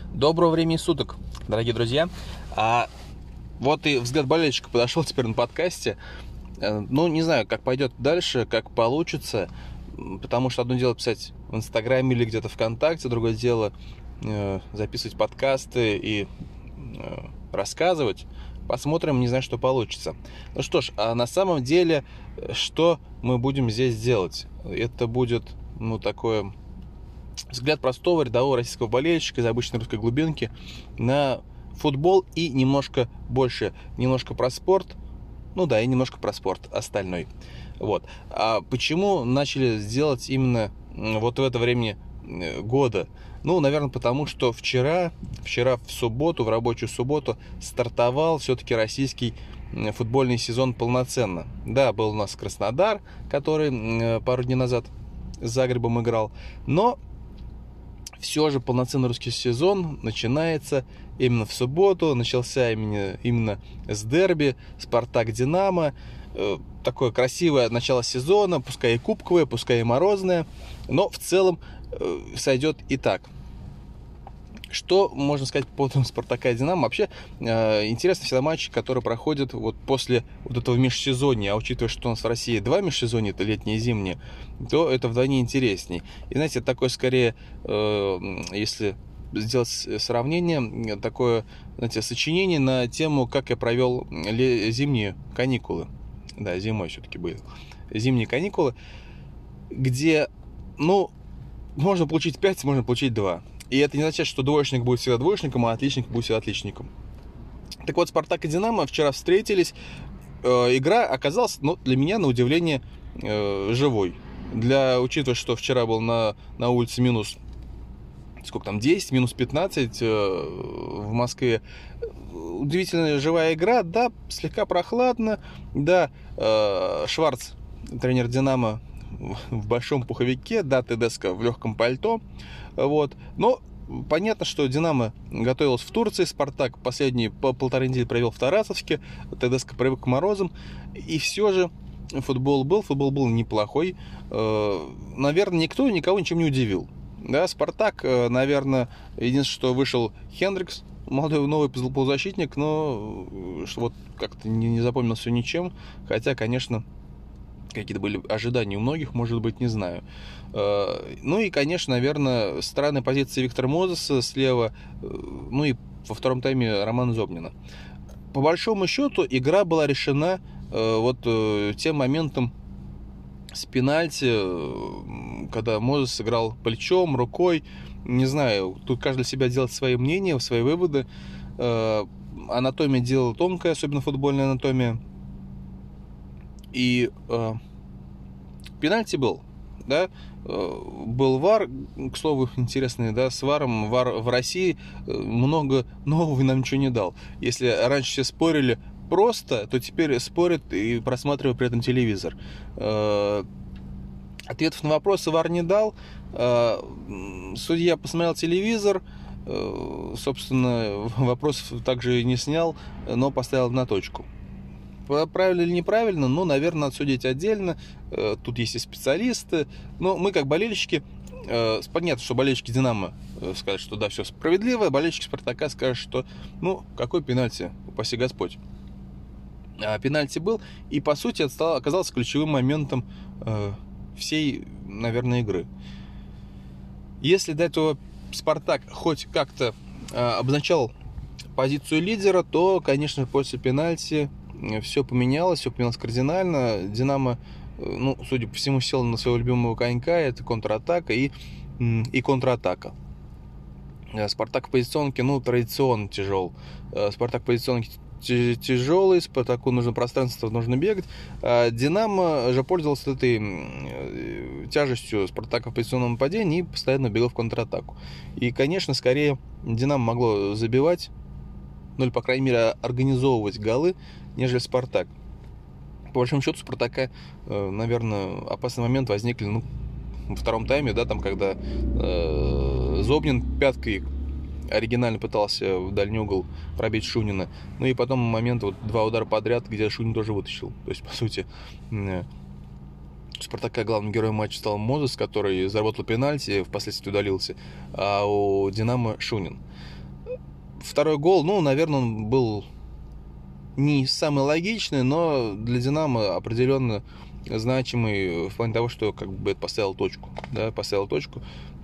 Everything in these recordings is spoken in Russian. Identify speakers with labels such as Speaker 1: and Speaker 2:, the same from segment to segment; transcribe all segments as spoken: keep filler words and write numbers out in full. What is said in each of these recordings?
Speaker 1: Доброго времени суток, дорогие друзья. А вот и взгляд болельщика подошел теперь на подкасте. Ну, не знаю, как пойдет дальше, как получится. Потому что одно дело писать в Инстаграме или где-то ВКонтакте, другое дело э, записывать подкасты и э, рассказывать. Посмотрим, не знаю, что получится. Ну что ж, а на самом деле, что мы будем здесь делать? Это будет, ну, такое... взгляд простого рядового российского болельщика из обычной русской глубинки на футбол и немножко больше, немножко про спорт, ну да, и немножко про спорт остальной. Вот. А почему начали сделать именно вот в это время года? Ну, наверное, потому что вчера, вчера в субботу, в рабочую субботу стартовал все-таки российский футбольный сезон полноценно. Да, был у нас Краснодар, который пару дней назад с Загребом играл, но все же полноценный русский сезон начинается именно в субботу. Начался именно, именно с дерби Спартак-Динамо. Э, такое красивое начало сезона, пускай и кубковое, пускай и морозное, но в целом э, сойдет и так. Что можно сказать по поводу Спартака и Динамо? Вообще, э, интересны всегда матчи, которые проходят вот после вот этого межсезонья. А учитывая, что у нас в России два межсезонья, это летнее и зимнее, то это вдвойне интересней. И знаете, такое скорее, э, если сделать сравнение, такое, знаете, сочинение на тему, как я провел зимние каникулы. Да, зимой все-таки были зимние каникулы, где, ну, можно получить пять, можно получить два. И это не означает, что двоечник будет всегда двоечником, а отличник будет всегда отличником. Так вот, Спартак и Динамо вчера встретились. Э, игра оказалась, ну, для меня, на удивление, э, живой. Для, учитывая, что вчера был на, на улице минус, сколько там, десять, минус пятнадцать э, в Москве. Удивительно живая игра, да, слегка прохладно. Да, э, Шварц, тренер Динамо, в большом пуховике, да, Тедеско в легком пальто. Вот. Но понятно, что Динамо готовилась в Турции, Спартак последние полторы недели провел в Тарасовске, Тедеско привык к морозам, и все же футбол был, футбол был неплохой. Наверное, никто никого ничем не удивил. Да, Спартак, наверное, единственное, что вышел Хендрикс, молодой новый полузащитник, но вот как-то не, не запомнился ничем, хотя, конечно, какие-то были ожидания у многих, может быть, не знаю. Ну и, конечно, наверное, странная позиция Виктора Мозеса слева, ну и во втором тайме Романа Зобнина. По большому счету, игра была решена вот тем моментом с пенальти, когда Мозес сыграл плечом, рукой. Не знаю, тут каждый для себя делает свои мнения, свои выводы. Анатомия дело тонкая, особенно футбольная анатомия. И э, пенальти был, да, э, был ВАР, к слову, интересный, да, с ВАРом, ВАР в России много нового нам ничего не дал. Если раньше все спорили просто, то теперь спорят и просматривают при этом телевизор. Э, ответов на вопросы ВАР не дал. Э, судья посмотрел телевизор, э, собственно, вопросов также не снял, но поставил на точку. Правильно или неправильно, ну, наверное, надо судить отдельно. Тут есть и специалисты. Но мы, как болельщики, понятно, что болельщики Динамо скажут, что да, все справедливо, болельщики Спартака скажут, что, ну, какой пенальти, упаси Господь. А пенальти был, и, по сути, это стало, оказалось ключевым моментом всей, наверное, игры. Если до этого Спартак хоть как-то обозначал позицию лидера, то, конечно, после пенальти все поменялось, все поменялось кардинально. Динамо, ну, судя по всему, сел на своего любимого конька, это контратака и, и контратака. Спартак в позиционке, ну, традиционно тяжел. Спартак в позиционке тяжелый, Спартаку нужно пространство, нужно бегать. А Динамо же пользовался этой тяжестью Спартака в позиционном нападении и постоянно бегал в контратаку. И, конечно, скорее Динамо могло забивать, ну или, по крайней мере, организовывать голы, нежели Спартак. По большому счету, Спартака, наверное, опасный момент возникли, ну, во втором тайме, да, там, когда э, Зобнин пяткой оригинально пытался в дальний угол пробить Шунина. Ну и потом момент, вот два удара подряд, где Шунин тоже вытащил. То есть, по сути, э, У Спартака главным героем матча стал Мозес, который заработал пенальти, впоследствии удалился, а у Динамо Шунин. Второй гол, ну, наверное, он был не самый логичный, но для Динамо определенно значимый в плане того, что как бы это поставил точку, да, поставил точку.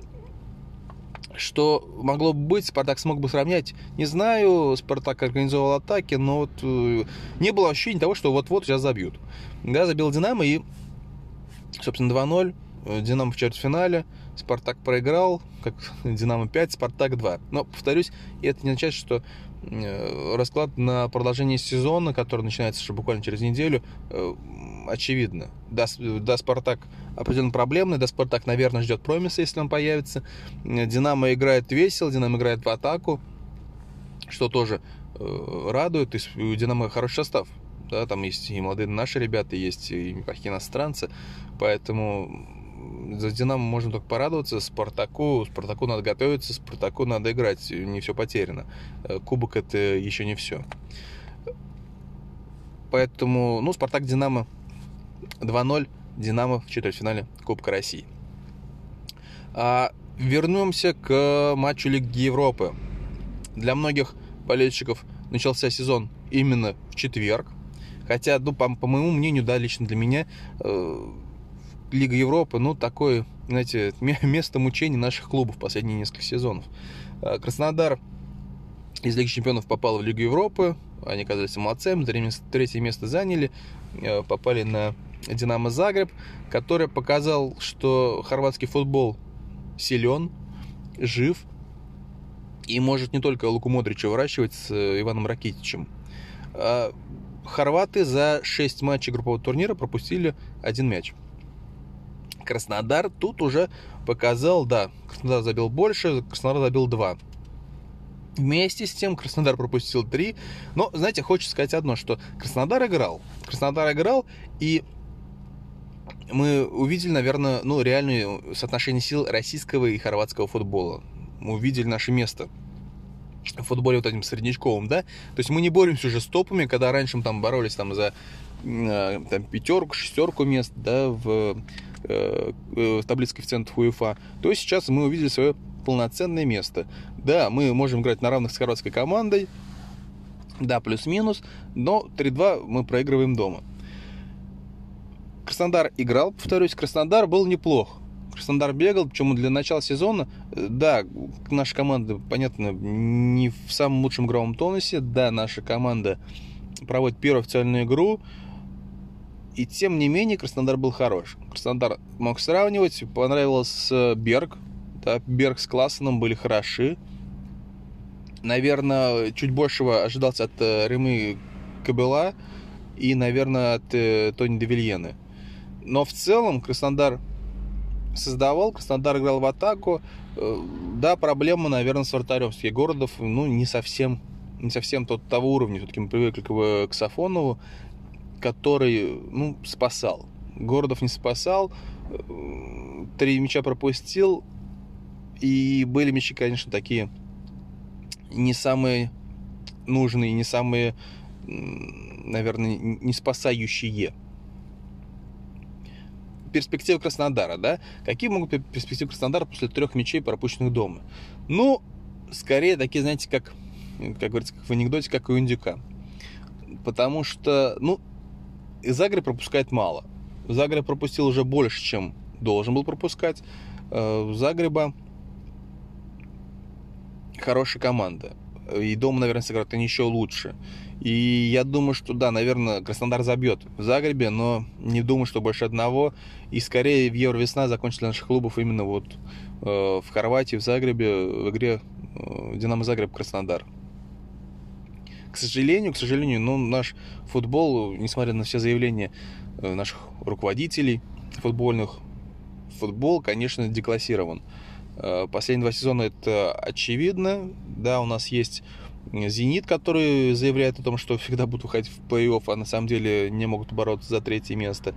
Speaker 1: Что могло бы быть, Спартак смог бы сравнять, не знаю, Спартак организовал атаки, но вот э, не было ощущения того, что вот-вот сейчас забьют. Да, забил Динамо и, собственно, два ноль, Динамо в четвертьфинале, Спартак проиграл, как Динамо пять, Спартак два. Но, повторюсь, это не означает, что э, расклад на продолжение сезона, который начинается уже буквально через неделю, э, очевидно. Да, да, Спартак определенно проблемный, да, Спартак, наверное, ждет промиса, если он появится. Динамо играет весело, Динамо играет в атаку, что тоже э, радует. То есть у Динамо хороший состав. Да, там есть и молодые наши ребята, есть и неплохие иностранцы. Поэтому за Динамо можно только порадоваться. Спартаку, Спартаку надо готовиться, Спартаку надо играть. Не все потеряно. Кубок — это еще не все. Поэтому, ну, Спартак-Динамо два ноль. Динамо в четвертьфинале Кубка России. А вернемся к матчу Лиги Европы. Для многих болельщиков начался сезон именно в четверг. Хотя, ну, по, по моему мнению, да, лично для меня, э, Лига Европы, ну, такое, знаете, место мучений наших клубов последние несколько сезонов. Э, Краснодар из Лиги Чемпионов попал в Лигу Европы. Они оказались молодцами, третье место заняли, э, попали на Динамо Загреб, который показал, что хорватский футбол силен, жив и может не только Луку Модрича выращивать с Иваном Ракитичем. А хорваты за шесть матчей группового турнира пропустили один мяч. Краснодар тут уже показал, да, Краснодар забил больше, Краснодар забил два. Вместе с тем Краснодар пропустил три. Но, знаете, хочется сказать одно, что Краснодар играл. Краснодар играл, и мы увидели, наверное, ну, реальное соотношение сил российского и хорватского футбола. Мы увидели наше место в футболе вот этим среднячковым, да? То есть мы не боремся уже с топами, когда раньше мы там боролись там за там, пятерку, шестерку мест, да, в, э, в таблице коэффициентов УЕФА, то сейчас мы увидели свое полноценное место. Да, мы можем играть на равных с хорватской командой, да, плюс-минус, но три-два мы проигрываем дома. Краснодар играл, повторюсь, Краснодар был неплох. Краснодар бегал, причем для начала сезона, да, наша команда, понятно, не в самом лучшем игровом тонусе, да, наша команда проводит первую официальную игру, и тем не менее Краснодар был хорош. Краснодар мог сравнивать, понравился Берг, да, Берг с Классеном были хороши. Наверное, чуть большего ожидался от Ремы Кобела и, наверное, от Тони де Вильены. Но в целом Краснодар создавал, Краснодар играл в атаку. Да, проблема, наверное, с вратарем. Егородов, ну, не совсем, не совсем тот, того уровня. Все-таки мы привыкли к, к Сафонову, который, ну, спасал. Городов не спасал. Три мяча пропустил. И были мячи, конечно, такие не самые нужные, не самые, наверное, не спасающие. Перспективы Краснодара, да? Какие могут быть перспективы Краснодара после трех мячей, пропущенных дома? Ну, скорее такие, знаете, как, как говорится, как в анекдоте, как у индюка. Потому что, ну, Загреб пропускает мало. Загреб пропустил уже больше, чем должен был пропускать. У Загреба хорошая команда. И дома, наверное, сыграют они еще лучше. И я думаю, что да, наверное, Краснодар забьет в Загребе, но не думаю, что больше одного. И скорее в Евровесна закончится для наших клубов именно вот э, в Хорватии, в Загребе, в игре э, Динамо Загреб-Краснодар. К сожалению, к сожалению, ну, наш футбол, несмотря на все заявления э, наших руководителей футбольных, футбол, конечно, деклассирован. Э, последние два сезона это очевидно. Да, у нас есть «Зенит», который заявляет о том, что всегда будут выходить в плей-офф, а на самом деле не могут бороться за третье место.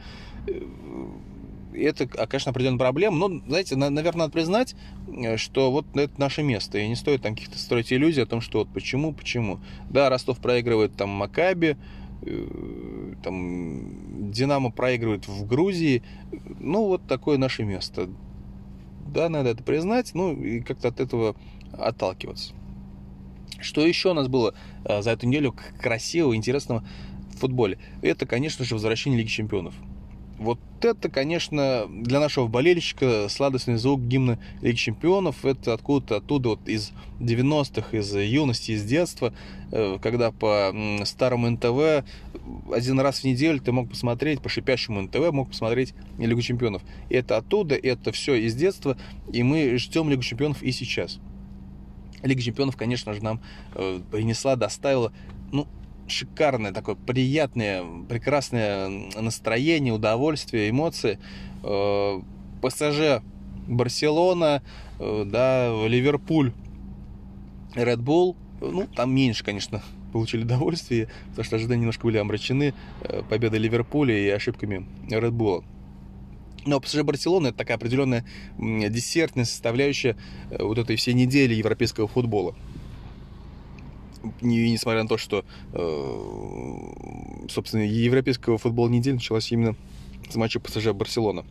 Speaker 1: Это, конечно, определенная проблема. Но, знаете, наверное, надо признать, что вот это наше место. И не стоит там каких-то строить иллюзий о том, что вот почему, почему. Да, Ростов проигрывает там Макаби. там Динамо проигрывает в Грузии. Ну, вот такое наше место. Да, надо это признать, ну, и как-то от этого отталкиваться. Что еще у нас было за эту неделю красивого, интересного в футболе? Это, конечно же, возвращение Лиги Чемпионов. Вот это, конечно, для нашего болельщика сладостный звук гимна Лиги Чемпионов. Это откуда-то оттуда, вот из девяностых, из юности, из детства, когда по старому эн тэ вэ один раз в неделю ты мог посмотреть, по шипящему эн тэ вэ мог посмотреть Лигу Чемпионов. И это оттуда, это все из детства, и мы ждем Лигу Чемпионов и сейчас. Лига Чемпионов, конечно же, нам принесла, доставила, ну, шикарное такое приятное, прекрасное настроение, удовольствие, эмоции. пэ эс жэ Барселона, да, Ливерпуль, Ред Булл. Ну, там меньше, конечно, получили удовольствие, потому что ожидания немножко были омрачены победой Ливерпуля и ошибками Ред Булла. Но пэ эс жэ Барселона — это такая определенная десертная составляющая вот этой всей недели европейского футбола. Несмотря на то, что, собственно, европейского футбола неделя началась именно с матча пэ эс жэ Барселона.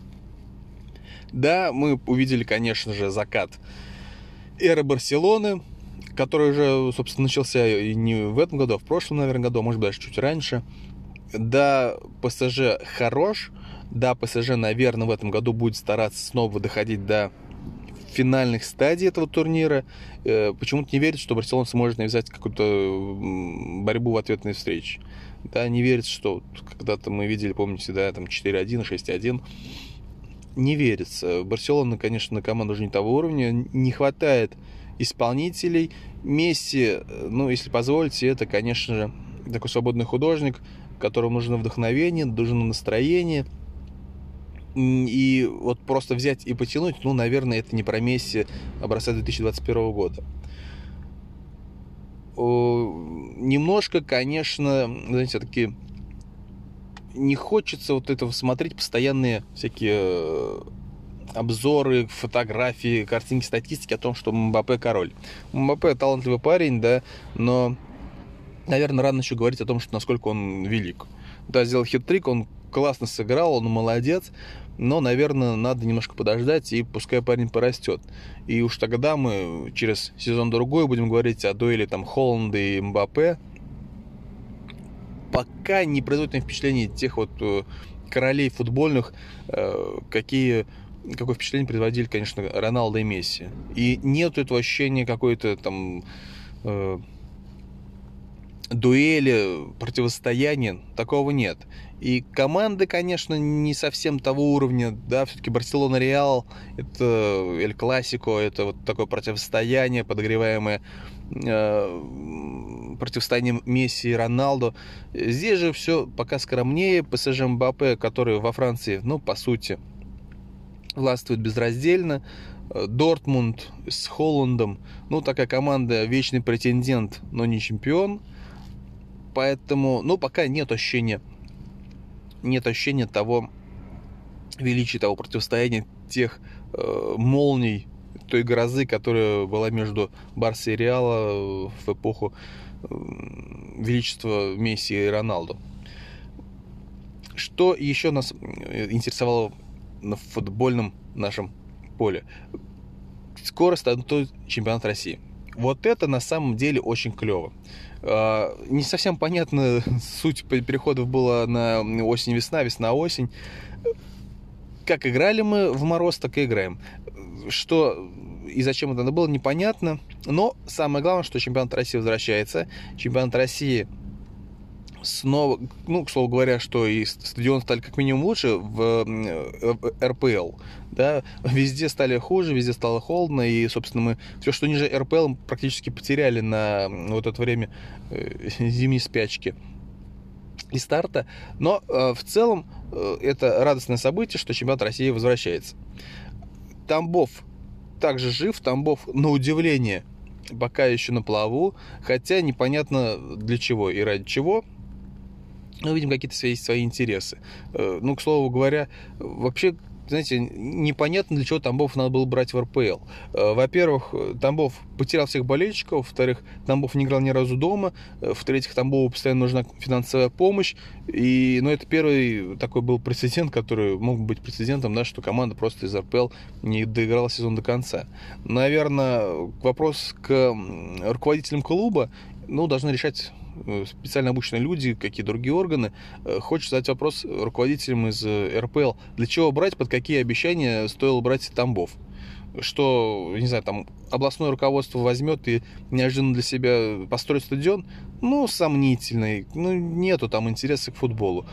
Speaker 1: Да, мы увидели, конечно же, закат эры Барселоны, который уже, собственно, начался не в этом году, а в прошлом, наверное, году, а может быть, даже чуть раньше. Да, пэ эс жэ хорош. Да, пэ эс жэ, наверное, в этом году будет стараться снова доходить до финальных стадий этого турнира. Почему-то не верит, что Барселона сможет навязать какую-то борьбу в ответной встрече. Да, не верит, что когда-то мы видели, помните, да, там четыре один, шесть один. Не верится. Барселона, конечно, команда уже не того уровня. Не хватает исполнителей. Месси, ну, если позволите, это, конечно же, такой свободный художник, которому нужно вдохновение, нужно настроение. И вот просто взять и потянуть, ну, наверное, это не про Месси образца две тысячи двадцать первого года. Немножко, конечно, знаете, такие не хочется вот этого смотреть, постоянные всякие обзоры, фотографии, картинки, статистики о том, что Мбаппе король. Мбаппе талантливый парень, да, но, наверное, рано еще говорить о том, что насколько он велик. Да, сделал хит-трик, он классно сыграл, он молодец, но, наверное, надо немножко подождать, и пускай парень порастет. И уж тогда мы через сезон-другой будем говорить о дуэли там Холланда и Мбаппе. Пока не производит мне впечатление тех вот королей футбольных, какие, какое впечатление производили, конечно, Роналдо и Месси. И нет этого ощущения какой-то там э, дуэли, противостояния, такого нет. И команды, конечно, не совсем того уровня, да, все-таки Барселона, Реал, это Эль Классико, это вот такое противостояние, подогреваемое э, противостоянием Месси и Роналдо. Здесь же все пока скромнее. пэ эс жэ Мбаппе, который во Франции, ну, по сути, властвует безраздельно. Дортмунд с Холландом, ну, такая команда, вечный претендент, но не чемпион. Поэтому, ну, пока нет ощущения, нет ощущения того величия, того противостояния, тех э, молний, той грозы, которая была между Барсой и Реала в эпоху э, величества Месси и Роналду. Что еще нас интересовало на футбольном нашем поле? Скоро стартует чемпионат России. Вот это на самом деле очень клево. Не совсем понятна суть переходов была на осень-весна, весна-осень. Как играли мы в мороз, так и играем. Что и зачем это надо было, непонятно. Но самое главное, что чемпионат России возвращается. Чемпионат России снова, ну, к слову говоря, что и стадионы стали как минимум лучше в эр пэ эл, да, везде стали хуже, везде стало холодно, и, собственно, мы все, что ниже эр пэ эл, практически потеряли на вот это время зимней спячки и старта, но в целом это радостное событие, что чемпионат России возвращается. Тамбов также жив, Тамбов, на удивление, пока еще на плаву, хотя непонятно для чего и ради чего. Мы видим какие-то свои, свои интересы. Ну, к слову говоря, вообще знаете, непонятно, для чего Тамбов надо было брать в эр пэ эл. Во-первых, Тамбов потерял всех болельщиков, во-вторых, Тамбов не играл ни разу дома, в-третьих, Тамбову постоянно нужна финансовая помощь, и, ну, это первый такой был прецедент, который мог быть прецедентом, да, что команда просто из эр пэ эл не доиграла сезон до конца. Наверное, вопрос к руководителям клуба, ну, должны решать специально обученные люди, какие другие органы. Хочется задать вопрос руководителям из эр пэ эл. Для чего брать, под какие обещания стоило брать Тамбов? Что, не знаю, там областное руководство возьмет и неожиданно для себя построит стадион? Ну, сомнительный. Ну, нету там интереса к футболу.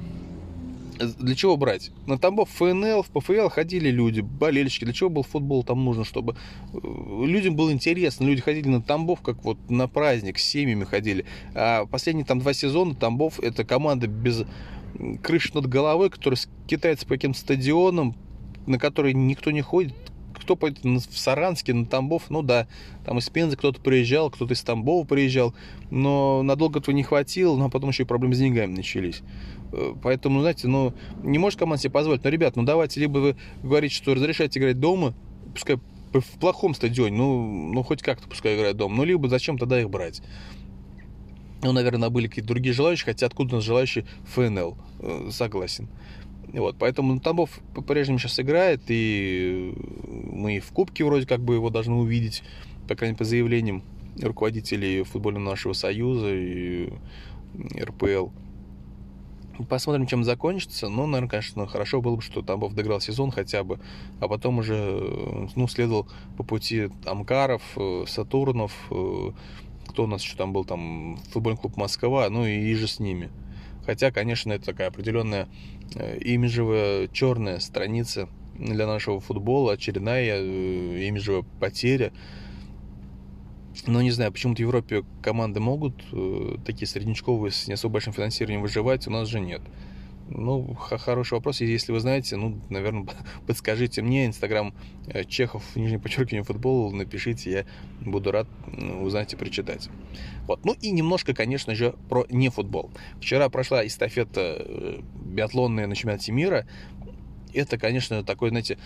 Speaker 1: Для чего брать? На Тамбов эф эн эл, в пэ эф эл ходили люди, болельщики. Для чего был футбол там нужно? Чтобы людям было интересно. Люди ходили на Тамбов, как вот на праздник, с семьями ходили. А последние там два сезона Тамбов — это команда без крыши над головой, которая скитается по каким-то стадионам, на которые никто не ходит. Кто пойдет в Саранске, на Тамбов? Ну да, там из Пензы кто-то приезжал, кто-то из Тамбова приезжал, но надолго этого не хватило, но потом еще и проблемы с деньгами начались. Поэтому, знаете, ну, не может команда себе позволить. Но, ребят, ну давайте, либо вы говорите, что разрешаете играть дома, пускай в плохом стадионе, ну, ну хоть как-то пускай играют дома, ну, либо зачем тогда их брать? Ну, наверное, были какие-то другие желающие, хотя откуда у нас желающие эф эн эл, согласен. Вот, поэтому Тамбов по-прежнему сейчас играет, и мы в Кубке вроде как бы его должны увидеть, по крайней мере, по заявлениям руководителей футбольного нашего союза и эр пэ эл. Посмотрим, чем закончится. Но, наверное, конечно, хорошо было бы, что Тамбов доиграл сезон хотя бы, а потом уже, ну, следовал по пути Амкаров, Сатурнов, кто у нас еще там был, там, футбольный клуб Москва, ну и, и же с ними. Хотя, конечно, это такая определенная имиджевая черная страница для нашего футбола, очередная имиджевая потеря. Но не знаю, почему-то в Европе команды могут такие среднячковые с не особо большим финансированием выживать, у нас же нет. Ну, хороший вопрос. Если вы знаете, ну, наверное, подскажите мне. Инстаграм Чехов, нижнее подчеркивание, футбол. Напишите, я буду рад узнать и прочитать. Вот. Ну и немножко, конечно же, про нефутбол. Вчера прошла эстафета биатлонная на чемпионате мира. Это, конечно, такой, знаете,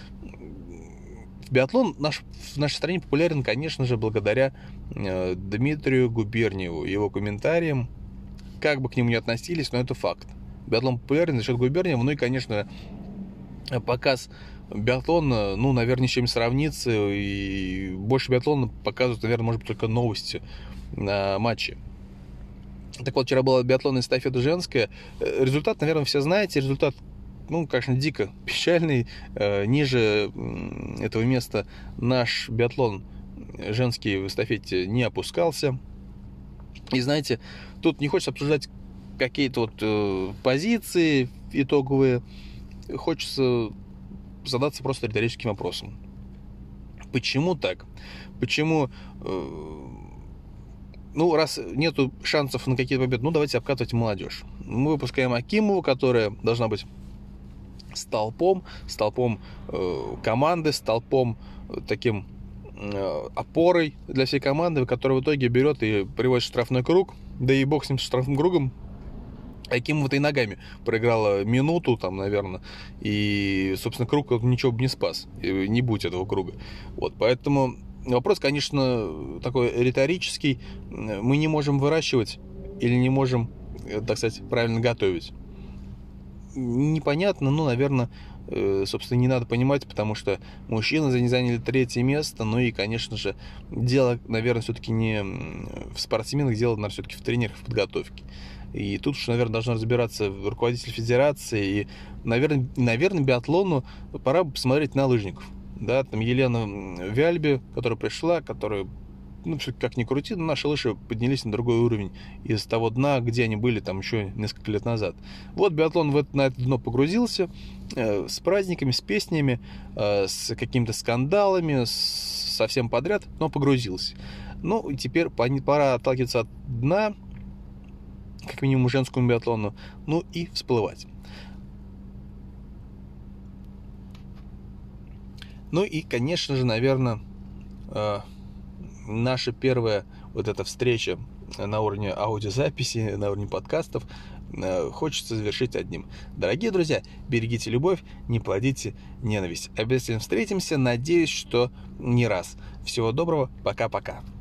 Speaker 1: биатлон наш, в нашей стране популярен, конечно же, благодаря э, Дмитрию Губерниеву, его комментариям. Как бы к нему ни относились, но это факт. Биатлон популярен за счет Губерниева. Ну и, конечно, показ биатлона, ну, наверное, ни с чем не сравнится. И больше биатлона показывают, наверное, может быть, только новости на матче. Так вот, вчера была биатлонная эстафета женская. Результат, наверное, все знаете. Результат, ну, конечно, дико печальный. Ниже этого места наш биатлон женский в эстафете не опускался. И, знаете, тут не хочется обсуждать какие-то вот э, позиции итоговые. Хочется задаться просто риторическим вопросом. Почему так? Почему, э, ну, раз нету шансов на какие-то победы, ну, давайте обкатывать молодежь. Мы выпускаем Акимову, которая должна быть столпом, столпом э, команды, столпом э, таким э, опорой для всей команды, которая в итоге берет и приводит в штрафной круг. Да и бог с ним, с штрафным кругом. Акимова-то и ногами проиграла минуту, там, наверное, и, собственно, круг ничего бы не спас, не будь этого круга. Вот, поэтому вопрос, конечно, такой риторический. Мы не можем выращивать или не можем, так сказать, правильно готовить. Непонятно, но, наверное, собственно, не надо понимать, потому что мужчины заняли третье место, ну и, конечно же, дело, наверное, все-таки не в спортсменах, дело, наверное, все-таки в тренерах, в подготовке. И тут уж, наверное, должен разбираться руководитель федерации. И, наверное, наверное, биатлону пора бы посмотреть на лыжников. Да, там Елена Вяльбе, которая пришла, которая, ну, как ни крути, но наши лыжи поднялись на другой уровень из того дна, где они были там еще несколько лет назад. Вот биатлон в это, на это дно погрузился э, с праздниками, с песнями, э, с какими-то скандалами, с, совсем подряд, но погрузился. Ну, и теперь пора отталкиваться от дна, как минимум женскому биатлону, ну и всплывать. Ну и, конечно же, наверное, наша первая вот эта встреча на уровне аудиозаписи, на уровне подкастов, хочется завершить одним. Дорогие друзья, берегите любовь, не плодите ненависть. Обязательно встретимся, надеюсь, что не раз. Всего доброго, пока-пока.